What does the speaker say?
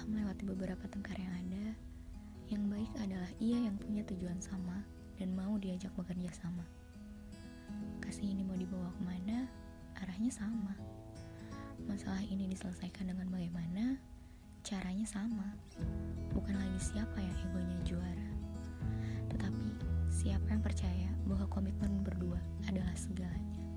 melewati beberapa tengkar yang ada, yang baik adalah ia yang punya tujuan sama dan mau diajak bekerja sama. Kasih ini mau dibawa kemana, arahnya sama. Masalah ini diselesaikan dengan bagaimana, caranya sama. Bukan lagi siapa yang egonya juara, tetapi siapa yang percaya bahwa komitmen berdua adalah segalanya.